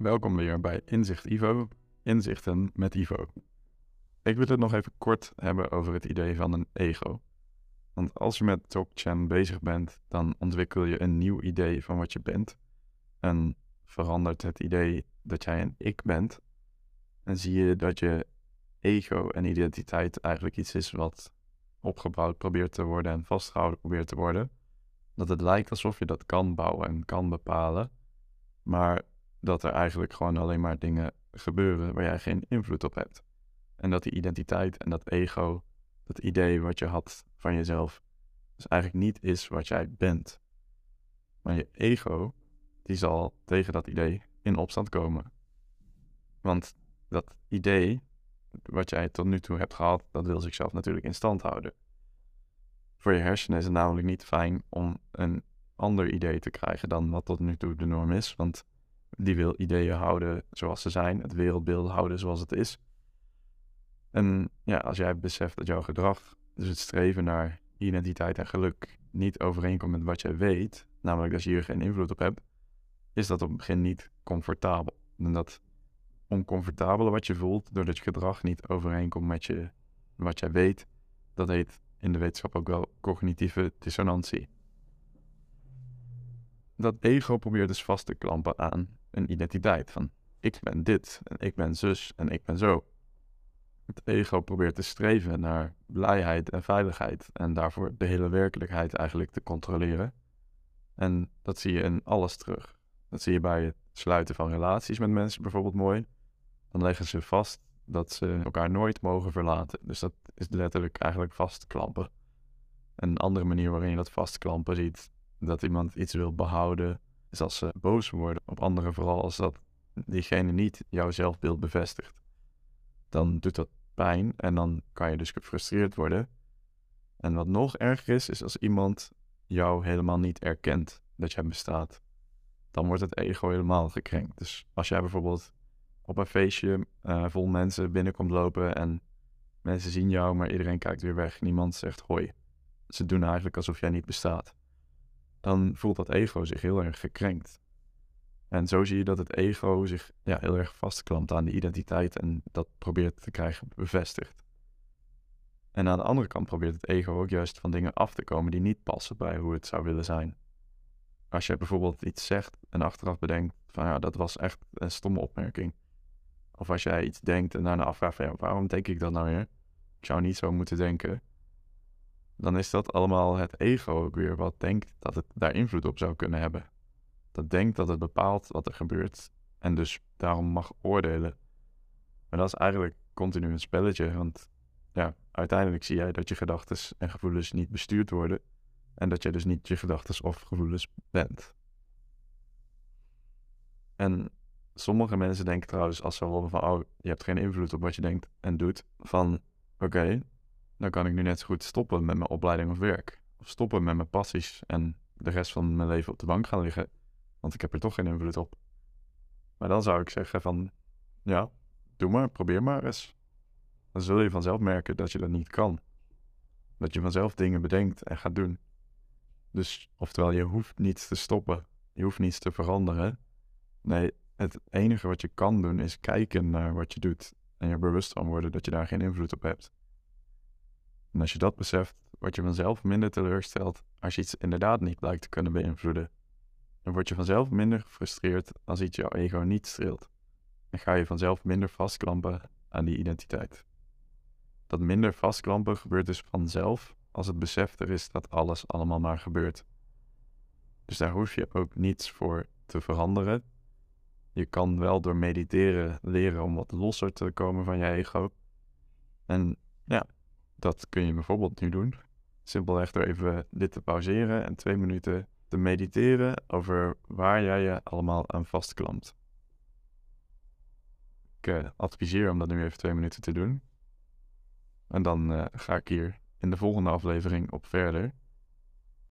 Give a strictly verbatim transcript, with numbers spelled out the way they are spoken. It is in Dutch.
Welkom weer bij Inzicht Ivo, Inzichten met Ivo. Ik wil het nog even kort hebben over het idee van een ego. Want als je met TalkChain bezig bent, dan ontwikkel je een nieuw idee van wat je bent. En verandert het idee dat jij een ik bent. En zie je dat je ego en identiteit eigenlijk iets is wat opgebouwd probeert te worden en vastgehouden probeert te worden. Dat het lijkt alsof je dat kan bouwen en kan bepalen. Maar dat er eigenlijk gewoon alleen maar dingen gebeuren waar jij geen invloed op hebt. En dat die identiteit en dat ego, dat idee wat je had van jezelf, dus eigenlijk niet is wat jij bent. Maar je ego, die zal tegen dat idee in opstand komen. Want dat idee, wat jij tot nu toe hebt gehad, dat wil zichzelf natuurlijk in stand houden. Voor je hersenen is het namelijk niet fijn om een ander idee te krijgen dan wat tot nu toe de norm is, want die wil ideeën houden zoals ze zijn, het wereldbeeld houden zoals het is. En ja, als jij beseft dat jouw gedrag, dus het streven naar identiteit en geluk, niet overeenkomt met wat jij weet, namelijk dat je hier geen invloed op hebt, is dat op het begin niet comfortabel. En dat oncomfortabele wat je voelt, doordat je gedrag niet overeenkomt met je, wat jij weet, dat heet in de wetenschap ook wel cognitieve dissonantie. Dat ego probeert dus vast te klampen aan een identiteit van ik ben dit en ik ben zus en ik ben zo. Het ego probeert te streven naar blijheid en veiligheid en daarvoor de hele werkelijkheid eigenlijk te controleren. En dat zie je in alles terug. Dat zie je bij het sluiten van relaties met mensen bijvoorbeeld mooi. Dan leggen ze vast dat ze elkaar nooit mogen verlaten. Dus dat is letterlijk eigenlijk vastklampen. Een andere manier waarin je dat vastklampen ziet, dat iemand iets wil behouden, is als ze boos worden op anderen, vooral als dat diegene niet jouw zelfbeeld bevestigt. Dan doet dat pijn en dan kan je dus gefrustreerd worden. En wat nog erger is, is als iemand jou helemaal niet erkent dat jij bestaat. Dan wordt het ego helemaal gekrenkt. Dus als jij bijvoorbeeld op een feestje uh, vol mensen binnenkomt lopen en mensen zien jou, maar iedereen kijkt weer weg. Niemand zegt hoi. Ze doen eigenlijk alsof jij niet bestaat. Dan voelt dat ego zich heel erg gekrenkt. En zo zie je dat het ego zich ja, heel erg vastklampt aan de identiteit en dat probeert te krijgen bevestigd. En aan de andere kant probeert het ego ook juist van dingen af te komen die niet passen bij hoe het zou willen zijn. Als je bijvoorbeeld iets zegt en achteraf bedenkt van ja, dat was echt een stomme opmerking. Of als jij iets denkt en daarna afvraagt van ja, waarom denk ik dat nou weer? Ik zou niet zo moeten denken. Dan is dat allemaal het ego ook weer wat denkt dat het daar invloed op zou kunnen hebben. Dat denkt dat het bepaalt wat er gebeurt en dus daarom mag oordelen. Maar dat is eigenlijk continu een spelletje, want ja, uiteindelijk zie jij dat je gedachten en gevoelens niet bestuurd worden en dat je dus niet je gedachten of gevoelens bent. En sommige mensen denken trouwens als ze horen van oh, je hebt geen invloed op wat je denkt en doet, van oké, okay, dan kan ik nu net zo goed stoppen met mijn opleiding of werk. Of stoppen met mijn passies en de rest van mijn leven op de bank gaan liggen. Want ik heb er toch geen invloed op. Maar dan zou ik zeggen van, ja, doe maar, probeer maar eens. Dan zul je vanzelf merken dat je dat niet kan. Dat je vanzelf dingen bedenkt en gaat doen. Dus, oftewel, je hoeft niets te stoppen. Je hoeft niets te veranderen. Nee, het enige wat je kan doen is kijken naar wat je doet. En je bewust van worden dat je daar geen invloed op hebt. En als je dat beseft, word je vanzelf minder teleurgesteld als je iets inderdaad niet lijkt te kunnen beïnvloeden. Dan word je vanzelf minder gefrustreerd als iets jouw ego niet streelt. En ga je vanzelf minder vastklampen aan die identiteit. Dat minder vastklampen gebeurt dus vanzelf als het besef er is dat alles allemaal maar gebeurt. Dus daar hoef je ook niets voor te veranderen. Je kan wel door mediteren leren om wat losser te komen van je ego. En ja, dat kun je bijvoorbeeld nu doen. Simpelweg door even dit te pauzeren en twee minuten te mediteren over waar jij je allemaal aan vastklampt. Ik uh, adviseer om dat nu even twee minuten te doen. En dan uh, ga ik hier in de volgende aflevering op verder.